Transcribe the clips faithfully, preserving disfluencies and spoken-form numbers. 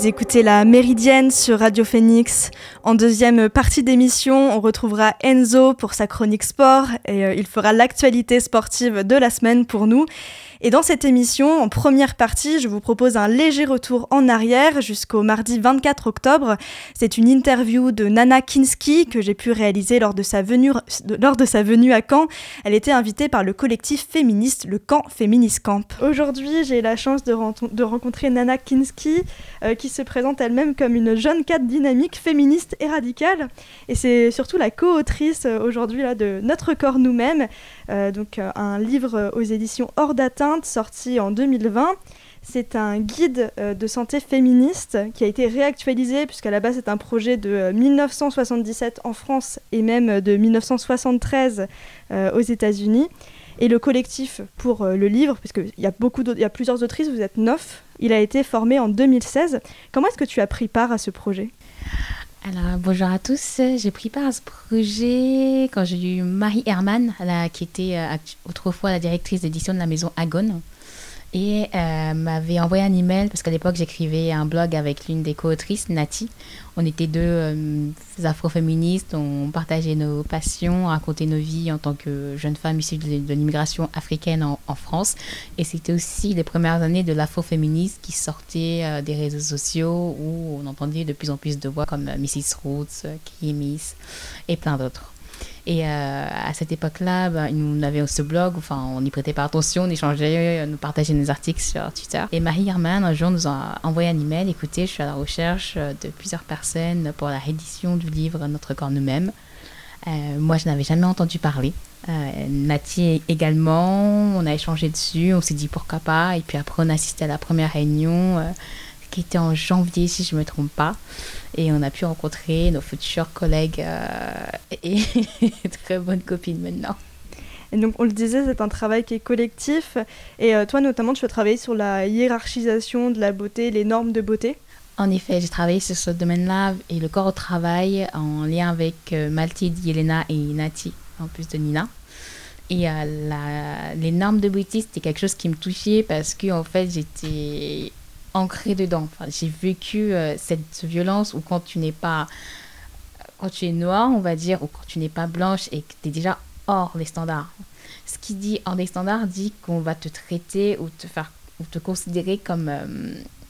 Vous écoutez la Méridienne sur Radio Phoenix. En deuxième partie d'émission, on retrouvera Enzo pour sa chronique sport et euh, il fera l'actualité sportive de la semaine pour nous. Et dans cette émission, en première partie, je vous propose un léger retour en arrière jusqu'au mardi vingt-quatre octobre. C'est une interview de Nana Kinski que j'ai pu réaliser lors de sa venue, lors de sa venue à Caen. Elle était invitée par le collectif féministe, le Caen Feminist Camp. Aujourd'hui, j'ai la chance de, rent- de rencontrer Nana Kinski, euh, qui se présente elle-même comme une jeune cadre dynamique, féministe et radicale. Et c'est surtout la co-autrice euh, aujourd'hui là, de Notre corps nous-mêmes, euh, donc euh, un livre aux éditions Hors d'atteinte, sorti en deux mille vingt. C'est un guide euh, de santé féministe qui a été réactualisé puisqu'à la base c'est un projet de euh, dix-neuf cent soixante-dix-sept en France et même de dix-neuf cent soixante-treize euh, aux États-Unis. Et le collectif pour euh, le livre, puisqu'il y a beaucoup il y a plusieurs autrices, vous êtes neuf, il a été formé en deux mille seize. Comment est-ce que tu as pris part à ce projet ? Alors, bonjour à tous. J'ai pris part à ce projet quand j'ai eu Marie Herman, là, qui était euh, autrefois la directrice d'édition de la maison Agone. Et euh, m'avait envoyé un email, parce qu'à l'époque, j'écrivais un blog avec l'une des co-autrices, Nati. On était deux euh, afroféministes, on partageait nos passions, on racontait nos vies en tant que jeunes femmes issues de, de l'immigration africaine en, en France. Et c'était aussi les premières années de l'afroféminisme qui sortaient euh, des réseaux sociaux où on entendait de plus en plus de voix comme euh, missus Roots, euh, Kimis et plein d'autres. Et euh, à cette époque-là, ben, on avait ce blog, enfin, on n'y prêtait pas attention, on échangeait, on partageait nos articles sur Twitter. Et Marie Herman, un jour, nous a envoyé un email. Écoutez, je suis à la recherche de plusieurs personnes pour la réédition du livre Notre corps nous-mêmes. Euh, moi, je n'avais jamais entendu parler. Euh, Nati également, on a échangé dessus, on s'est dit pourquoi pas. Et puis après, on a assisté à la première réunion, euh, qui était en janvier, si je ne me trompe pas. Et on a pu rencontrer nos futurs collègues euh, et très bonnes copines maintenant. Et donc, on le disait, c'est un travail qui est collectif. Et euh, toi, notamment, tu as travaillé sur la hiérarchisation de la beauté, les normes de beauté. En effet, j'ai travaillé sur ce domaine-là et le corps au travail en lien avec euh, Mathilde, Yelena et Nati, en plus de Nina. Et euh, la, les normes de beauté, c'était quelque chose qui me touchait parce que, en fait, j'étais ancrée dedans. Enfin, j'ai vécu euh, cette violence où quand tu n'es pas, quand tu es noire, on va dire, ou quand tu n'es pas blanche et que tu es déjà hors les standards. Ce qui dit hors des standards dit qu'on va te traiter ou te faire, ou te considérer comme, euh,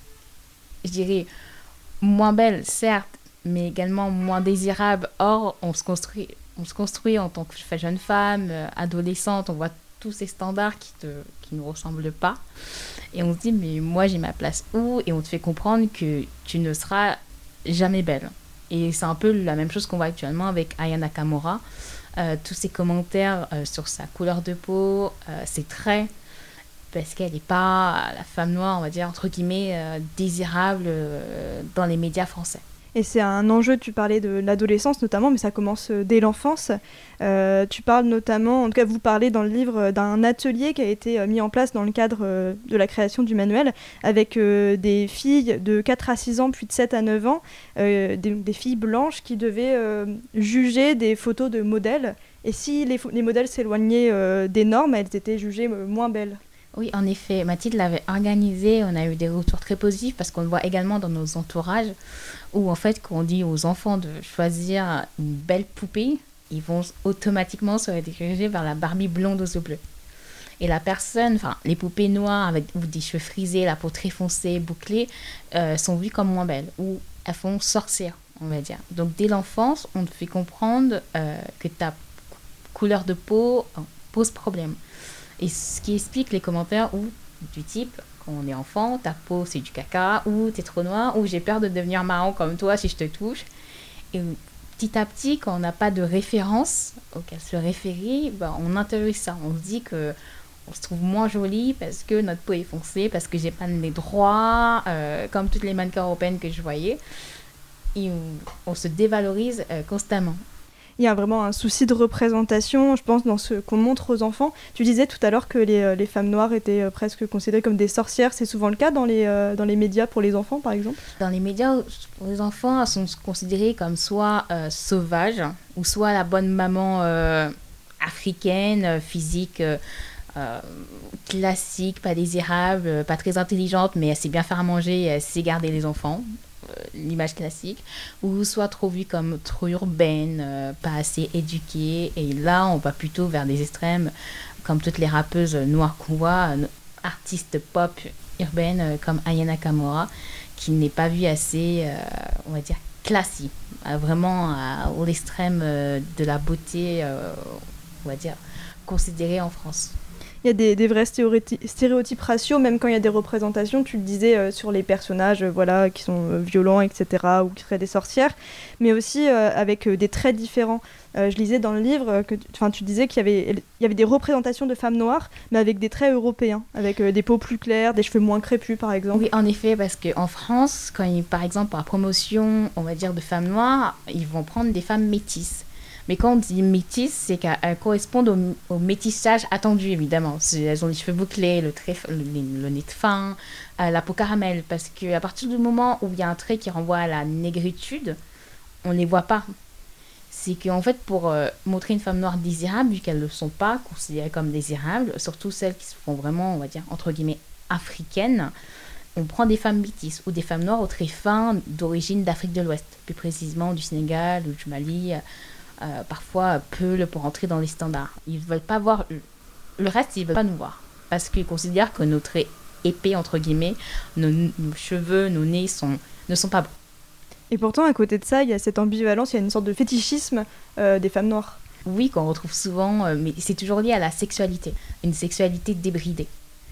je dirais, moins belle, certes, mais également moins désirable. Or, on se construit, on se construit en tant que jeune femme, euh, adolescente, on voit tous ces standards qui te, qui ne ressemblent pas. Et on se dit, mais moi, j'ai ma place où ? Et on te fait comprendre que tu ne seras jamais belle. Et c'est un peu la même chose qu'on voit actuellement avec Aya Nakamura. Euh, tous ces commentaires euh, sur sa couleur de peau, euh, ses traits, parce qu'elle n'est pas la femme noire, on va dire, entre guillemets, euh, désirable euh, dans les médias français. Et c'est un enjeu, tu parlais de l'adolescence notamment, mais ça commence dès l'enfance. Euh, tu parles notamment, en tout cas vous parlez dans le livre d'un atelier qui a été mis en place dans le cadre euh, de la création du manuel, avec euh, des filles de quatre à six ans, puis de sept à neuf ans, euh, des, des filles blanches qui devaient euh, juger des photos de modèles. Et si les, les modèles s'éloignaient euh, des normes, elles étaient jugées euh, moins belles. Oui, en effet, Mathilde l'avait organisé, on a eu des retours très positifs parce qu'on le voit également dans nos entourages où en fait quand on dit aux enfants de choisir une belle poupée, ils vont automatiquement se rediriger vers la Barbie blonde aux yeux bleus. Et la personne, enfin les poupées noires avec ou des cheveux frisés, la peau très foncée, bouclée, euh, sont vues comme moins belles ou elles font sorcière, on va dire. Donc dès l'enfance, on te fait comprendre euh, que ta couleur de peau euh, pose problème. Et ce qui explique les commentaires où, du type, quand on est enfant, ta peau c'est du caca, ou t'es trop noir, ou j'ai peur de devenir marron comme toi si je te touche. Et petit à petit, quand on n'a pas de référence auquel se référer, ben, on intériorise ça. On se dit que on se trouve moins jolie parce que notre peau est foncée, parce que j'ai pas les droits, euh, comme toutes les mannequins européennes que je voyais. Et on, on se dévalorise euh, constamment. Il y a vraiment un souci de représentation, je pense, dans ce qu'on montre aux enfants. Tu disais tout à l'heure que les, les femmes noires étaient euh, presque considérées comme des sorcières. C'est souvent le cas dans les, euh, dans les médias pour les enfants, par exemple ? Dans les médias, pour les enfants, elles sont considérées comme soit euh, sauvages, ou soit la bonne maman euh, africaine, physique, euh, euh, classique, pas désirable, pas très intelligente, mais elle sait bien faire à manger, elle sait garder les enfants, euh, l'image classique, ou soit trop vue comme trop urbaine, euh, pas assez éduquée. Et là, on va plutôt vers des extrêmes, comme toutes les rappeuses noires qu'on voit, euh, artistes pop urbaines euh, comme Aya Nakamura, qui n'est pas vue assez, euh, on va dire, classique, euh, vraiment à l'extrême euh, de la beauté, euh, on va dire, considérée en France. Il y a des, des vrais stéréotypes, stéréotypes raciaux, même quand il y a des représentations, tu le disais, euh, sur les personnages euh, voilà, qui sont euh, violents, et cetera, ou qui seraient des sorcières, mais aussi euh, avec euh, des traits différents. Euh, je lisais dans le livre euh, que tu, tu disais qu'il y avait, il y avait des représentations de femmes noires, mais avec des traits européens, avec euh, des peaux plus claires, des cheveux moins crépus, par exemple. Oui, en effet, parce qu'en France, quand ils, par exemple, par promotion, on va dire, de femmes noires, ils vont prendre des femmes métisses. Mais quand on dit métisse, c'est qu'elles correspondent au, au métissage attendu, évidemment. C'est, elles ont les cheveux bouclés, le, trait, le, le nez de fin, euh, la peau caramel. Parce qu'à partir du moment où il y a un trait qui renvoie à la négritude, on ne les voit pas. C'est qu'en fait, pour euh, montrer une femme noire désirable, vu qu'elles ne le sont pas considérées comme désirables, surtout celles qui se font vraiment, on va dire, entre guillemets, africaines, on prend des femmes métisses ou des femmes noires aux traits fins d'origine d'Afrique de l'Ouest, plus précisément du Sénégal ou du Mali. Euh, parfois peu pour entrer dans les standards. Ils ne veulent pas voir le reste, ils ne veulent pas nous voir parce qu'ils considèrent que nos traits épais, entre guillemets, nos, nos cheveux, nos nez sont, ne sont pas beaux. Et pourtant, à côté de ça, il y a cette ambivalence, il y a une sorte de fétichisme euh, des femmes noires. Oui, qu'on retrouve souvent, euh, mais c'est toujours lié à la sexualité, une sexualité débridée.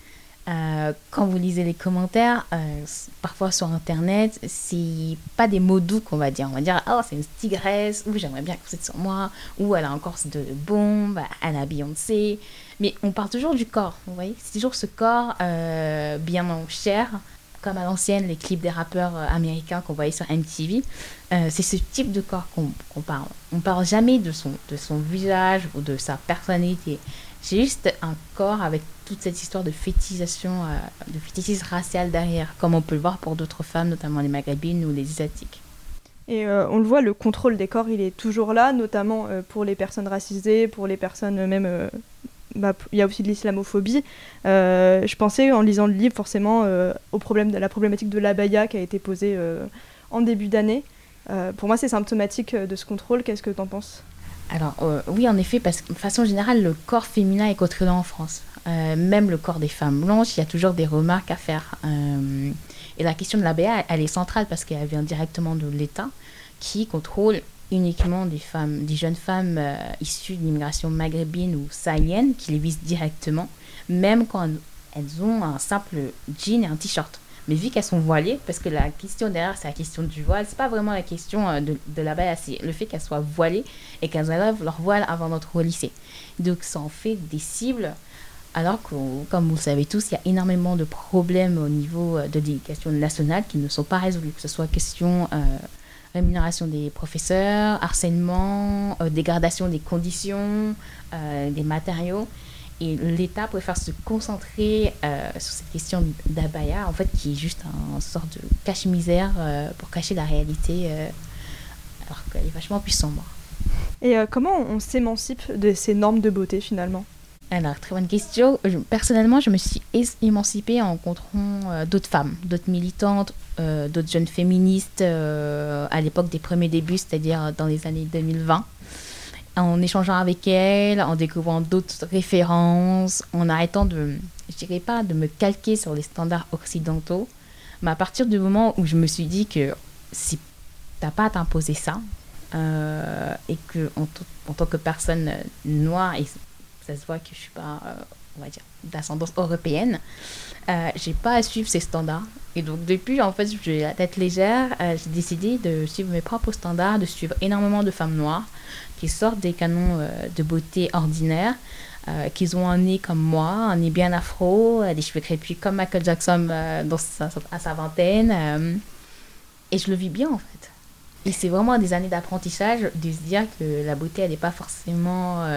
Euh, quand vous lisez les commentaires, euh, parfois sur internet, c'est pas des mots doux qu'on va dire. On va dire, oh, c'est une tigresse, ou j'aimerais bien que vous êtes sur moi, ou elle a encore de bombes, elle a Beyoncé. Mais on parle toujours du corps, vous voyez. C'est toujours ce corps euh, bien en chair, comme à l'ancienne, les clips des rappeurs américains qu'on voyait sur M T V. Euh, c'est ce type de corps qu'on, qu'on parle. On parle jamais de son, de son visage ou de sa personnalité. C'est juste un corps avec toute cette histoire de fétichisation, euh, de fétichisme racial derrière, comme on peut le voir pour d'autres femmes, notamment les maghrébines ou les asiatiques. Et euh, on le voit, le contrôle des corps, il est toujours là, notamment euh, pour les personnes racisées, pour les personnes euh, même... Euh, bah, il y a aussi de l'islamophobie. Euh, je pensais, en lisant le livre, forcément, euh, au problème de la problématique de l'abaya qui a été posée euh, en début d'année. Euh, pour moi, c'est symptomatique de ce contrôle. Qu'est-ce que tu en penses ? Alors, euh, oui, en effet, parce que de façon générale, le corps féminin est contrôlé en France. Euh, même le corps des femmes blanches, il y a toujours des remarques à faire. Euh, et la question de l'abaya, elle est centrale parce qu'elle vient directement de l'État qui contrôle uniquement des femmes, des jeunes femmes euh, issues de l'immigration maghrébine ou sahélienne qui les visent directement, même quand elles ont un simple jean et un t-shirt. Mais vu qu'elles sont voilées, parce que la question derrière, c'est la question du voile, c'est pas vraiment la question euh, de, de l'abaya, c'est le fait qu'elles soient voilées et qu'elles enlèvent leur voile avant d'entrer au lycée. Donc ça en fait des cibles, alors que, comme vous le savez tous, il y a énormément de problèmes au niveau de l'éducation nationale qui ne sont pas résolus, que ce soit question euh, rémunération des professeurs, harcèlement, euh, dégradation des conditions, euh, des matériaux. Et l'État préfère se concentrer euh, sur cette question d'abaya, en fait, qui est juste une sorte de cache-misère euh, pour cacher la réalité, euh, alors qu'elle est vachement plus sombre. Et euh, comment on s'émancipe de ces normes de beauté, finalement ? Alors, très bonne question. Je, personnellement, je me suis émancipée en rencontrant euh, d'autres femmes, d'autres militantes, euh, d'autres jeunes féministes euh, à l'époque des premiers débuts, c'est-à-dire dans les années deux mille vingt. En échangeant avec elles, en découvrant d'autres références, en arrêtant de, je dirais pas de me calquer sur les standards occidentaux, mais à partir du moment où je me suis dit que si t'as pas à t'imposer ça, euh, et que en, t- en tant que personne noire, et ça se voit que je suis pas, euh, on va dire, d'ascendance européenne, euh, j'ai pas à suivre ces standards. Et donc depuis, en fait, j'ai la tête légère, euh, j'ai décidé de suivre mes propres standards, de suivre énormément de femmes noires qui sortent des canons euh, de beauté ordinaires, euh, qui ont un nez comme moi, un nez bien afro, euh, des cheveux crépus comme Michael Jackson euh, dans sa, à sa vingtaine. Euh, et je le vis bien, en fait. Et c'est vraiment des années d'apprentissage de se dire que la beauté, elle n'est pas forcément euh,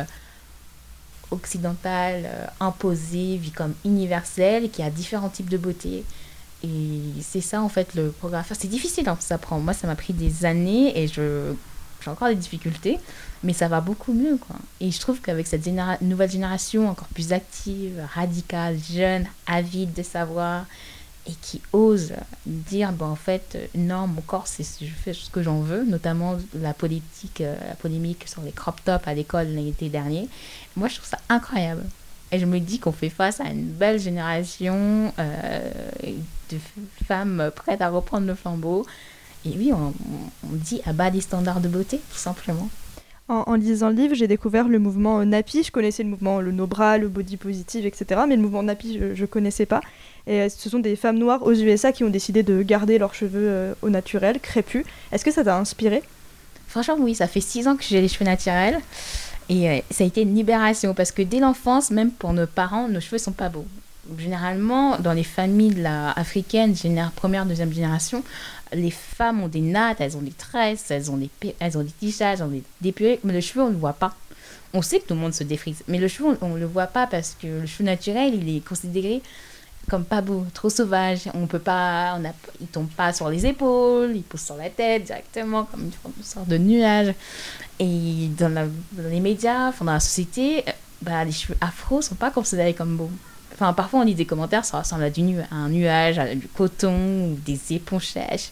occidentale, euh, imposée, vue comme universelle, qu'il y a différents types de beauté. Et c'est ça, en fait, le programme à faire. C'est difficile, hein, ça prend. Moi, ça m'a pris des années et je... j'ai encore des difficultés, mais ça va beaucoup mieux, quoi. Et je trouve qu'avec cette généra- nouvelle génération encore plus active, radicale, jeune, avide de savoir, et qui ose dire, ben, en fait, euh, non, mon corps, c'est, je fais ce que j'en veux, notamment la politique, euh, la polémique sur les crop tops à l'école l'été dernier. Moi, je trouve ça incroyable. Et je me dis qu'on fait face à une belle génération euh, de f- femmes prêtes à reprendre le flambeau. Et oui, on, on dit à bas des standards de beauté, tout simplement. En, en lisant le livre, j'ai découvert le mouvement Nappy. Je connaissais le mouvement le No Bra, le Body Positive, et cetera. Mais le mouvement Nappy, je ne connaissais pas. Et euh, ce sont des femmes noires aux U S A qui ont décidé de garder leurs cheveux euh, au naturel, crépus. Est-ce que ça t'a inspiré ? Franchement, oui, ça fait six ans que j'ai les cheveux naturels. Et euh, ça a été une libération parce que dès l'enfance, même pour nos parents, nos cheveux sont pas beaux. Généralement, dans les familles là, africaines, génér- première, deuxième génération, les femmes ont des nattes, elles ont des tresses, elles ont des, pe- elles ont des tichages, elles ont des dépurés, mais le cheveu, on ne le voit pas. On sait que tout le monde se défrise, mais le cheveu, on ne le voit pas parce que le cheveu naturel, il est considéré comme pas beau, trop sauvage. On peut pas, on a, il tombe pas sur les épaules, il pousse sur la tête directement comme une, forme- une sorte de nuage. Et dans, la, dans les médias, enfin, dans la société, euh, bah, les cheveux afro sont pas considérés comme beaux. Enfin, parfois on lit des commentaires, ça ressemble à, du nu- à un nuage, à du coton ou des éponges sèches.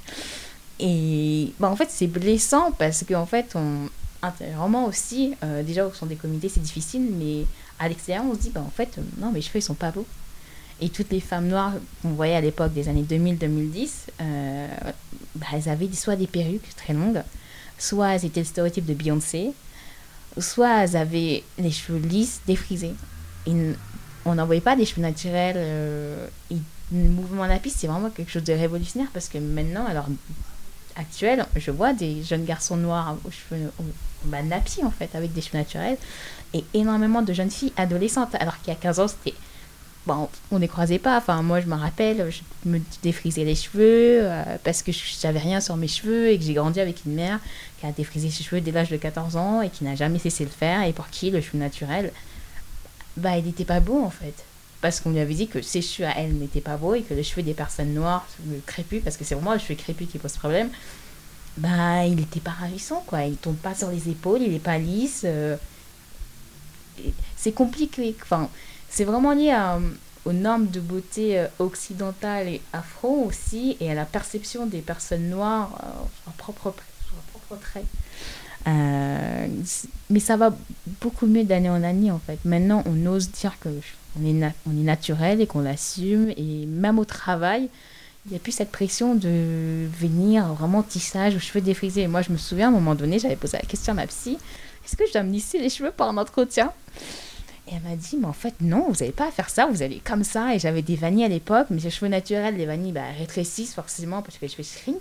Et bah, en fait, c'est blessant parce qu'en fait, on, intérieurement aussi, euh, déjà au sein des comités, c'est difficile, mais à l'extérieur, on se dit, bah, en fait, euh, non, mes cheveux, ils sont pas beaux. Et toutes les femmes noires qu'on voyait à l'époque des années deux mille à deux mille dix, euh, bah, elles avaient soit des perruques très longues, soit elles étaient le stéréotype de Beyoncé, soit elles avaient les cheveux lisses, défrisés. Et n- on n'en voyait pas des cheveux naturels. Euh, et le mouvement Nappy, c'est vraiment quelque chose de révolutionnaire parce que maintenant, alors actuel, je vois des jeunes garçons noirs aux cheveux aux, bah, nappy en fait, avec des cheveux naturels, et énormément de jeunes filles adolescentes, alors qu'il y a quinze ans, c'était bon, on ne les croisait pas. Enfin, moi, je me rappelle, je me défrisais les cheveux euh, parce que je n'avais rien sur mes cheveux et que j'ai grandi avec une mère qui a défrisé ses cheveux dès l'âge de quatorze ans et qui n'a jamais cessé de le faire et pour qui le cheveu naturel, bah, il n'était pas beau en fait. Parce qu'on lui avait dit que ses cheveux à elle n'étaient pas beaux et que les cheveux des personnes noires, le crépus, parce que c'est vraiment le cheveu crépus qui pose problème, bah, il n'était pas ravissant quoi. Il ne tombe pas sur les épaules, il n'est pas lisse. Euh, c'est compliqué. Enfin, c'est vraiment lié à, aux normes de beauté euh, occidentales et afro aussi, et à la perception des personnes noires euh, sur leur propre, sur leur propre trait. Euh, mais ça va beaucoup mieux d'année en année en fait. Maintenant, on ose dire que on est, na- on est naturel et qu'on l'assume, et même au travail, il n'y a plus cette pression de venir vraiment tissage aux cheveux défrisés. Moi, je me souviens à un moment donné, j'avais posé la question à ma psy, est-ce que je dois me lisser les cheveux pour un entretien? Et elle m'a dit, mais en fait, non, vous n'avez pas à faire ça, vous allez comme ça. Et j'avais des vanilles à l'époque, mais les cheveux naturels, les vanilles bah, rétrécissent forcément parce que les cheveux shrink.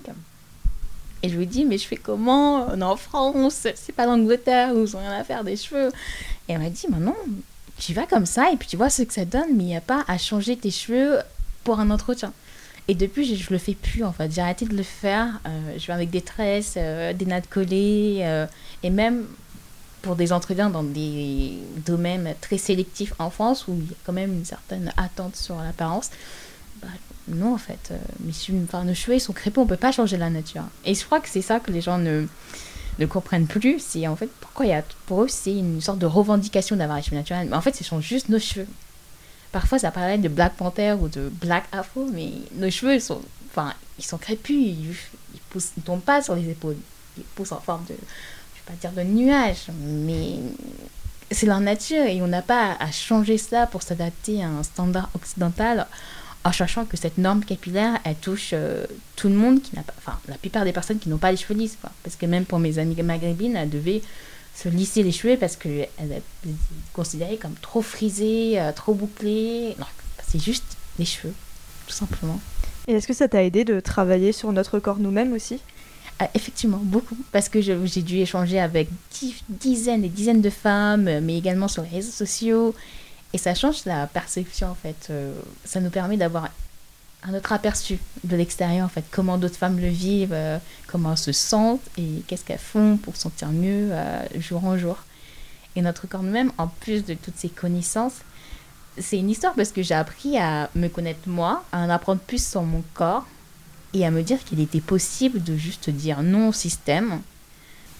Et je lui dis, mais je fais comment? On est en France, c'est pas l'Angleterre où ils n'ont rien à faire des cheveux. Et elle m'a dit, mais non, tu vas comme ça et puis tu vois ce que ça donne, mais il n'y a pas à changer tes cheveux pour un entretien. Et depuis, je, je le fais plus en fait. J'ai arrêté de le faire. Euh, je vais avec des tresses, euh, des nattes collées, euh, et même pour des entretiens dans des domaines très sélectifs en France où il y a quand même une certaine attente sur l'apparence. Bah, non, en fait, euh, mes cheveux, enfin, nos cheveux ils sont crépus, on peut pas changer la nature. Et je crois que c'est ça que les gens ne, ne comprennent plus. C'est en fait pourquoi il y a, pour eux, c'est une sorte de revendication d'avoir les cheveux naturels. Mais en fait, ce sont juste nos cheveux. Parfois, ça paraît de Black Panther ou de Black Afro, mais nos cheveux, ils sont, enfin, ils sont crépus, ils, ils, poussent, ils tombent pas sur les épaules. Ils poussent en forme de, je vais pas dire de nuage, mais c'est leur nature et on n'a pas à changer ça pour s'adapter à un standard occidental en sachant que cette norme capillaire, elle touche euh, tout le monde qui n'a pas, enfin, la plupart des personnes qui n'ont pas les cheveux lisses, quoi. Parce que même pour mes amies maghrébines, elles devaient se lisser les cheveux parce qu'elles étaient considérées comme trop frisées, euh, trop bouclées. Non, c'est juste les cheveux, tout simplement. Et est-ce que ça t'a aidé de travailler sur notre corps nous-mêmes aussi? Euh, effectivement, beaucoup, parce que je, j'ai dû échanger avec dix, dizaines et dizaines de femmes, mais également sur les réseaux sociaux, et ça change la perception, en fait. Euh, ça nous permet d'avoir un autre aperçu de l'extérieur, en fait, comment d'autres femmes le vivent, euh, comment elles se sentent, et qu'est-ce qu'elles font pour se sentir mieux euh, jour en jour. Et notre corps nous-mêmes, en plus de toutes ces connaissances, c'est une histoire parce que j'ai appris à me connaître moi, à en apprendre plus sur mon corps, et à me dire qu'il était possible de juste dire non au système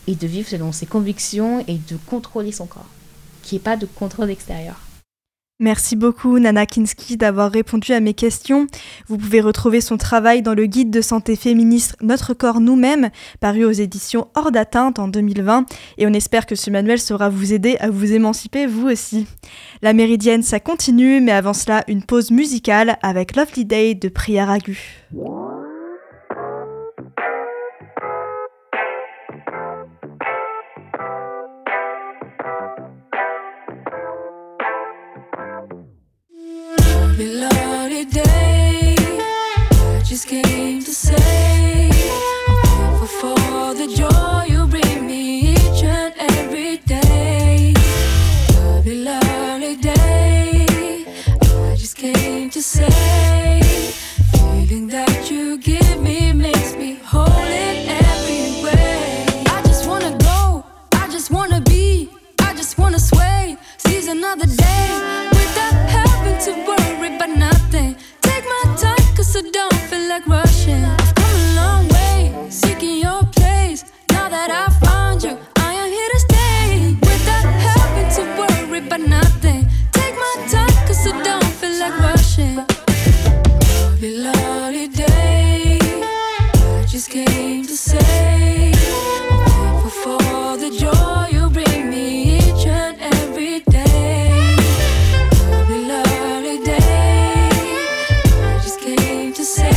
et de vivre selon ses convictions et de contrôler son corps, qu'il n'y ait pas de contrôle extérieur. Merci beaucoup Nana Kinski d'avoir répondu à mes questions. Vous pouvez retrouver son travail dans le guide de santé féministe Notre corps nous-mêmes, paru aux éditions Hors d'atteinte en deux mille vingt, et on espère que ce manuel saura vous aider à vous émanciper vous aussi. La Méridienne, ça continue, mais avant cela, une pause musicale avec Lovely Day de Priya Ragu. Lovely day, I just came to say I'm thankful for the joy you bring me each and every day. Lovely, lovely day, I just came to say feeling that you give me makes me whole in every way. I just wanna go, I just wanna be, I just wanna sway, seize another day without having to worry about nothing. Take my time, cause I don't feel like rushing. I've come a long way, seeking your place. Now that I found you, I am here to stay. Without having to worry about nothing. Take my time, cause I don't feel like rushing. Lovely, lovely day, I just came to say I'm thankful for the joy you bring me each and every day. Lovely, lovely day, I just came to say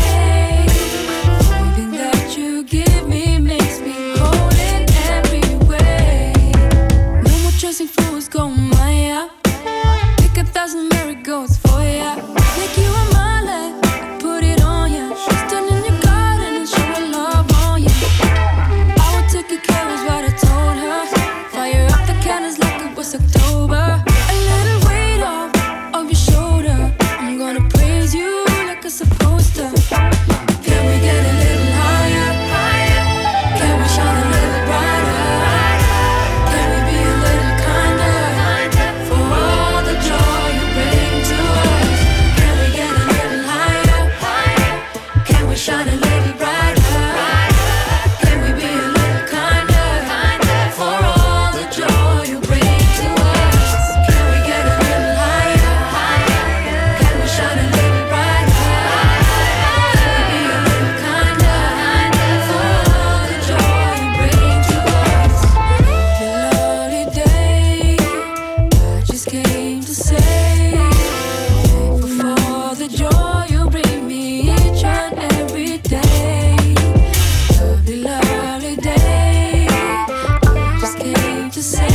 feeling that you give me makes me whole in every way. No more chasing fools, go Maya. Pick a thousand marigolds for ya. Make you a mile, put it on ya. Stand in your garden and show her love on ya. I will take good care is what I told her. Fire up the candles like it was October. A little weight off of your shoulder. I'm gonna praise you like I'm supposed to. Can we get a little higher? Can we shine a little brighter? Can we be a little kinder? For all the joy you bring to us. Can we get a little higher? Can we shine a little brighter? Can we be a little kinder? For all the joy you bring to us. Can we get a little higher? Can we shine a little brighter? Can we be a little kinder? For all the joy you bring to us. The lovely day, I just came to say thankful for the joy you bring me each and every day. Lovely, lovely day, I just came to say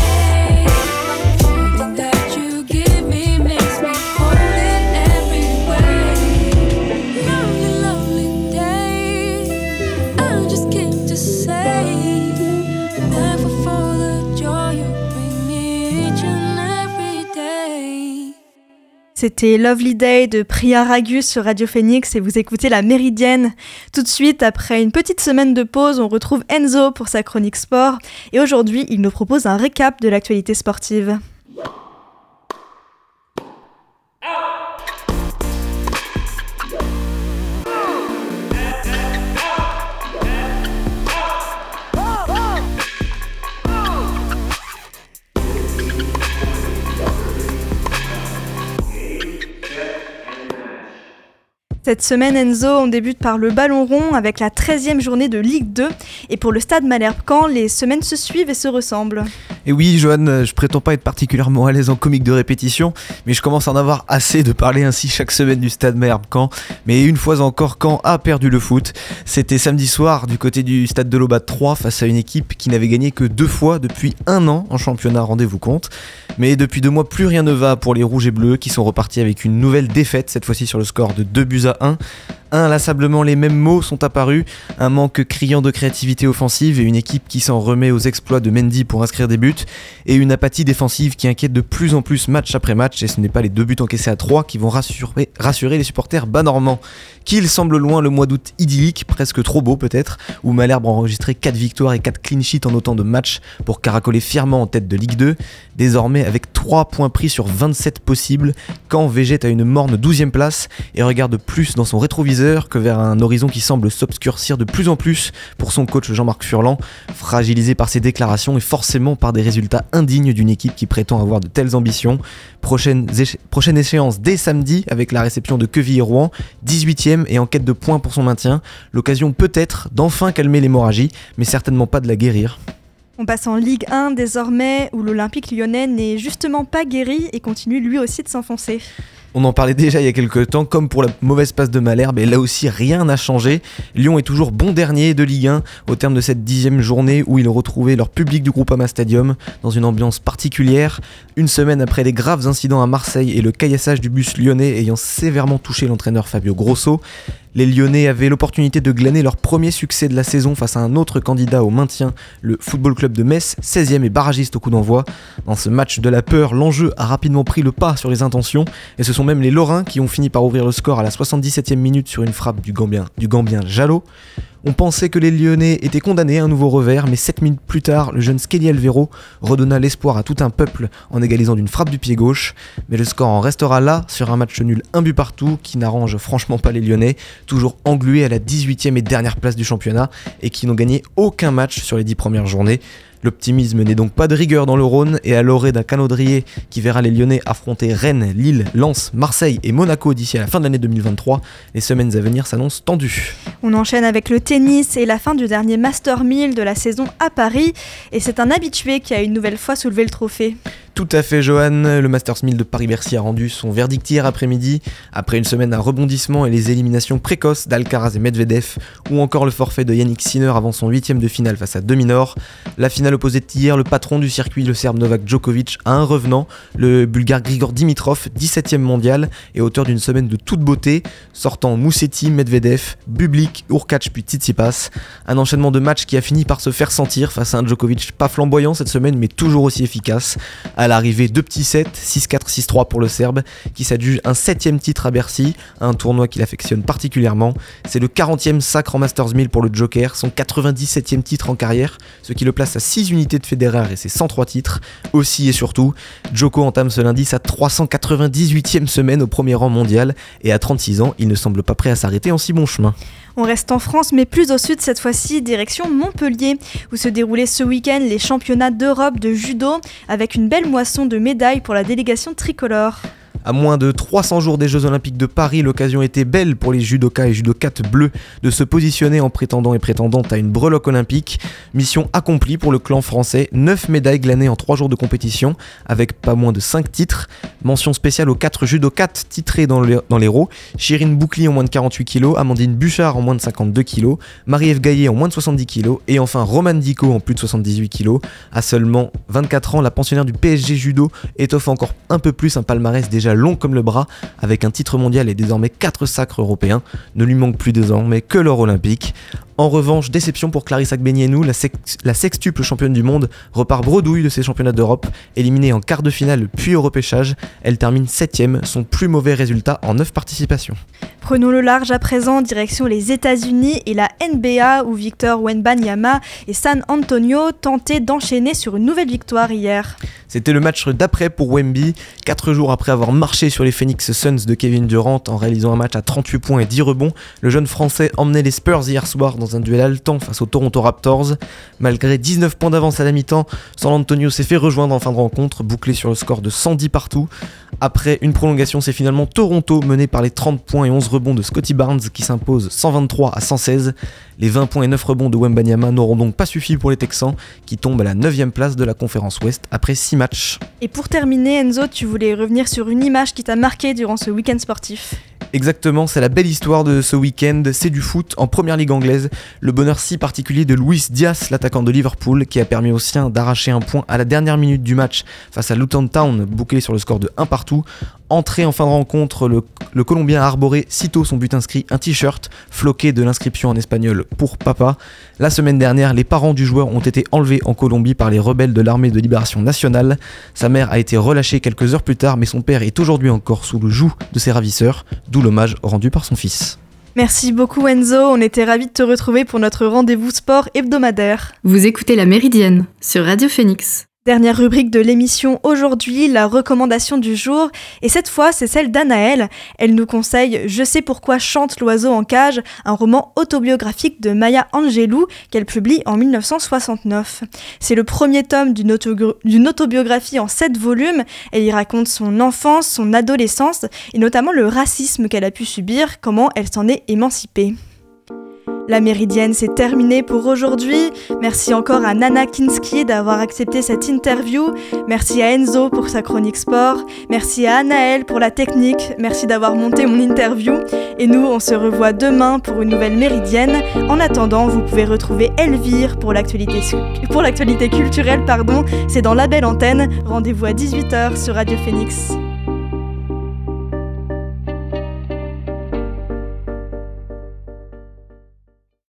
feeling that you give me makes me whole in every way. Lovely, lovely day, I just came to say thankful for the joy you bring me each and every day. C'était Lovely Day de Priya Ragu sur Radio Phoenix et vous écoutez La Méridienne. Tout de suite, après une petite semaine de pause, on retrouve Enzo pour sa chronique sport et aujourd'hui, il nous propose un récap de l'actualité sportive. Cette semaine, Enzo, on débute par le ballon rond avec la treizième journée de Ligue deux. Et pour le Stade Malherbe-Caen, les semaines se suivent et se ressemblent. Et oui, Johan, je prétends pas être particulièrement à l'aise en comique de répétition, mais je commence à en avoir assez de parler ainsi chaque semaine du Stade Malherbe-Caen. Mais une fois encore, Caen a perdu le foot. C'était samedi soir du côté du Stade de l'Aubade trois face à une équipe qui n'avait gagné que deux fois depuis un an en championnat, rendez-vous compte. Mais depuis deux mois, plus rien ne va pour les Rouges et Bleus qui sont repartis avec une nouvelle défaite, cette fois-ci sur le score de deux buts à un. Inlassablement, les mêmes mots sont apparus, un manque criant de créativité offensive et une équipe qui s'en remet aux exploits de Mendy pour inscrire des buts, et une apathie défensive qui inquiète de plus en plus match après match, et ce n'est pas les deux buts encaissés à trois qui vont rassurer, rassurer les supporters bas-normands. Qu'il semble loin le mois d'août idyllique, presque trop beau peut-être, où Malherbe a enregistré quatre victoires et quatre clean sheets en autant de matchs pour caracoler fièrement en tête de Ligue deux. Désormais, avec trois points pris sur vingt-sept possibles, Caen végète à une morne douzième place et regarde plus dans son rétroviseur heures que vers un horizon qui semble s'obscurcir de plus en plus pour son coach Jean-Marc Furlan, fragilisé par ses déclarations et forcément par des résultats indignes d'une équipe qui prétend avoir de telles ambitions. Prochaine, éche- prochaine échéance dès samedi avec la réception de Quevilly-Rouen, dix-huitième et en quête de points pour son maintien. L'occasion peut-être d'enfin calmer l'hémorragie, mais certainement pas de la guérir. On passe en Ligue un désormais, où l'Olympique lyonnais n'est justement pas guéri et continue lui aussi de s'enfoncer. On en parlait déjà il y a quelques temps, comme pour la mauvaise passe de Malherbe, et là aussi rien n'a changé. Lyon est toujours bon dernier de Ligue un au terme de cette dixième journée où ils retrouvaient leur public du Groupama Stadium dans une ambiance particulière. Une semaine après les graves incidents à Marseille et le caillassage du bus lyonnais ayant sévèrement touché l'entraîneur Fabio Grosso, les Lyonnais avaient l'opportunité de glaner leur premier succès de la saison face à un autre candidat au maintien, le Football Club de Metz, seizième et barragiste au coup d'envoi. Dans ce match de la peur, l'enjeu a rapidement pris le pas sur les intentions, et ce sont même les Lorrains qui ont fini par ouvrir le score à la soixante-dix-septième minute sur une frappe du Gambien, du Gambien Jalot. On pensait que les Lyonnais étaient condamnés à un nouveau revers, mais sept minutes plus tard, le jeune Skelly Alvero redonna l'espoir à tout un peuple en égalisant d'une frappe du pied gauche. Mais le score en restera là, sur un match nul un but partout, qui n'arrange franchement pas les Lyonnais, toujours englués à la dix-huitième et dernière place du championnat, et qui n'ont gagné aucun match sur les dix premières journées. L'optimisme n'est donc pas de rigueur dans le Rhône, et à l'orée d'un calendrier qui verra les Lyonnais affronter Rennes, Lille, Lens, Marseille et Monaco d'ici à la fin de l'année deux mille vingt-trois, les semaines à venir s'annoncent tendues. On enchaîne avec le tennis et la fin du dernier Master mille de la saison à Paris, et c'est un habitué qui a une nouvelle fois soulevé le trophée. Tout à fait, Johan. Le Masters mille de Paris-Bercy a rendu son verdict hier après-midi, après une semaine à rebondissement et les éliminations précoces d'Alcaraz et Medvedev, ou encore le forfait de Yannick Sinner avant son huitième de finale face à Dominor. La finale opposait hier le patron du circuit, le Serbe Novak Djokovic, à un revenant, le Bulgare Grigor Dimitrov, dix-septième mondial, et auteur d'une semaine de toute beauté, sortant Musetti, Medvedev, Bublik, Urkac puis Tsitsipas. Un enchaînement de matchs qui a fini par se faire sentir face à un Djokovic pas flamboyant cette semaine, mais toujours aussi efficace. À l'arrivée, deux petits sets, six quatre, six trois pour le Serbe, qui s'adjuge un septième titre à Bercy, un tournoi qu'il affectionne particulièrement. C'est le quarantième sacre en Masters mille pour le Joker, son quatre-vingt-dix-septième titre en carrière, ce qui le place à six unités de Federer et ses cent trois titres. Aussi et surtout, Djoko entame ce lundi sa trois cent quatre-vingt-dix-huitième semaine au premier rang mondial, et à trente-six ans, il ne semble pas prêt à s'arrêter en si bon chemin. On reste en France, mais plus au sud cette fois-ci, direction Montpellier, où se déroulaient ce week-end les championnats d'Europe de judo, avec une belle moisson de médailles pour la délégation tricolore. À moins de trois cents jours des Jeux Olympiques de Paris, l'occasion était belle pour les judokas et judokates bleus de se positionner en prétendant et prétendantes à une breloque olympique. Mission accomplie pour le clan français, neuf médailles glanées en trois jours de compétition, avec pas moins de cinq titres. Mention spéciale aux quatre judokates titrés dans, le, dans l'Hérault, Chirine Boucli en moins de quarante-huit kilos, Amandine Bouchard en moins de cinquante-deux kilos, Marie-Ève Gaillet en moins de soixante-dix kilos, et enfin Romane Dico en plus de soixante-dix-huit kilos. À seulement vingt-quatre ans, la pensionnaire du P S G Judo étoffe encore un peu plus un palmarès déjà long comme le bras, avec un titre mondial et désormais quatre sacres européens. Ne lui manque plus désormais que l'or olympique. En revanche, déception pour Clarisse Agbenienou, la, sex- la sextuple championne du monde repart bredouille de ses championnats d'Europe, éliminée en quart de finale puis au repêchage. Elle termine septième, son plus mauvais résultat en neuf participations. Prenons le large à présent, direction les États-Unis et la N B A, où Victor Wembanyama et San Antonio tentaient d'enchaîner sur une nouvelle victoire hier. C'était le match d'après pour Wemby, quatre jours après avoir marché sur les Phoenix Suns de Kevin Durant en réalisant un match à trente-huit points et dix rebonds. Le jeune français emmenait les Spurs hier soir dans un duel haletant face aux Toronto Raptors. Malgré dix-neuf points d'avance à la mi-temps, San Antonio s'est fait rejoindre en fin de rencontre, bouclé sur le score de cent dix partout. Après une prolongation, c'est finalement Toronto mené par les trente points et onze rebonds de Scottie Barnes qui s'impose cent vingt-trois à cent seize. Les vingt points et neuf rebonds de Wembanyama n'auront donc pas suffi pour les Texans qui tombent à la neuvième place de la conférence Ouest après six matchs. Et pour terminer, Enzo, tu voulais revenir sur une image qui t'a marqué durant ce week-end sportif. Exactement, c'est la belle histoire de ce week-end, c'est du foot en première ligue anglaise, le bonheur si particulier de Luis Diaz, l'attaquant de Liverpool, qui a permis aux siens d'arracher un point à la dernière minute du match face à Luton Town, bouclé sur le score de un partout. Entré en fin de rencontre, le, le Colombien a arboré sitôt son but inscrit, un t-shirt floqué de l'inscription en espagnol pour papa. La semaine dernière, les parents du joueur ont été enlevés en Colombie par les rebelles de l'armée de libération nationale. Sa mère a été relâchée quelques heures plus tard, mais son père est aujourd'hui encore sous le joug de ses ravisseurs, d'où l'hommage rendu par son fils. Merci beaucoup Enzo, on était ravis de te retrouver pour notre rendez-vous sport hebdomadaire. Vous écoutez La Méridienne sur Radio Phoenix. Dernière rubrique de l'émission aujourd'hui, la recommandation du jour. Et cette fois, c'est celle d'Anaëlle. Elle nous conseille « Je sais pourquoi chante l'oiseau en cage », un roman autobiographique de Maya Angelou qu'elle publie en dix-neuf cent soixante-neuf. C'est le premier tome d'une, autogr- d'une autobiographie en sept volumes. Elle y raconte son enfance, son adolescence et notamment le racisme qu'elle a pu subir, comment elle s'en est émancipée. La Méridienne, c'est terminé pour aujourd'hui. Merci encore à Nana Kinski d'avoir accepté cette interview. Merci à Enzo pour sa chronique sport. Merci à Anaëlle pour la technique. Merci d'avoir monté mon interview. Et nous, on se revoit demain pour une nouvelle Méridienne. En attendant, vous pouvez retrouver Elvire pour l'actualité, pour l'actualité culturelle. Pardon. C'est dans La Belle Antenne. Rendez-vous à dix-huit heures sur Radio Phoenix.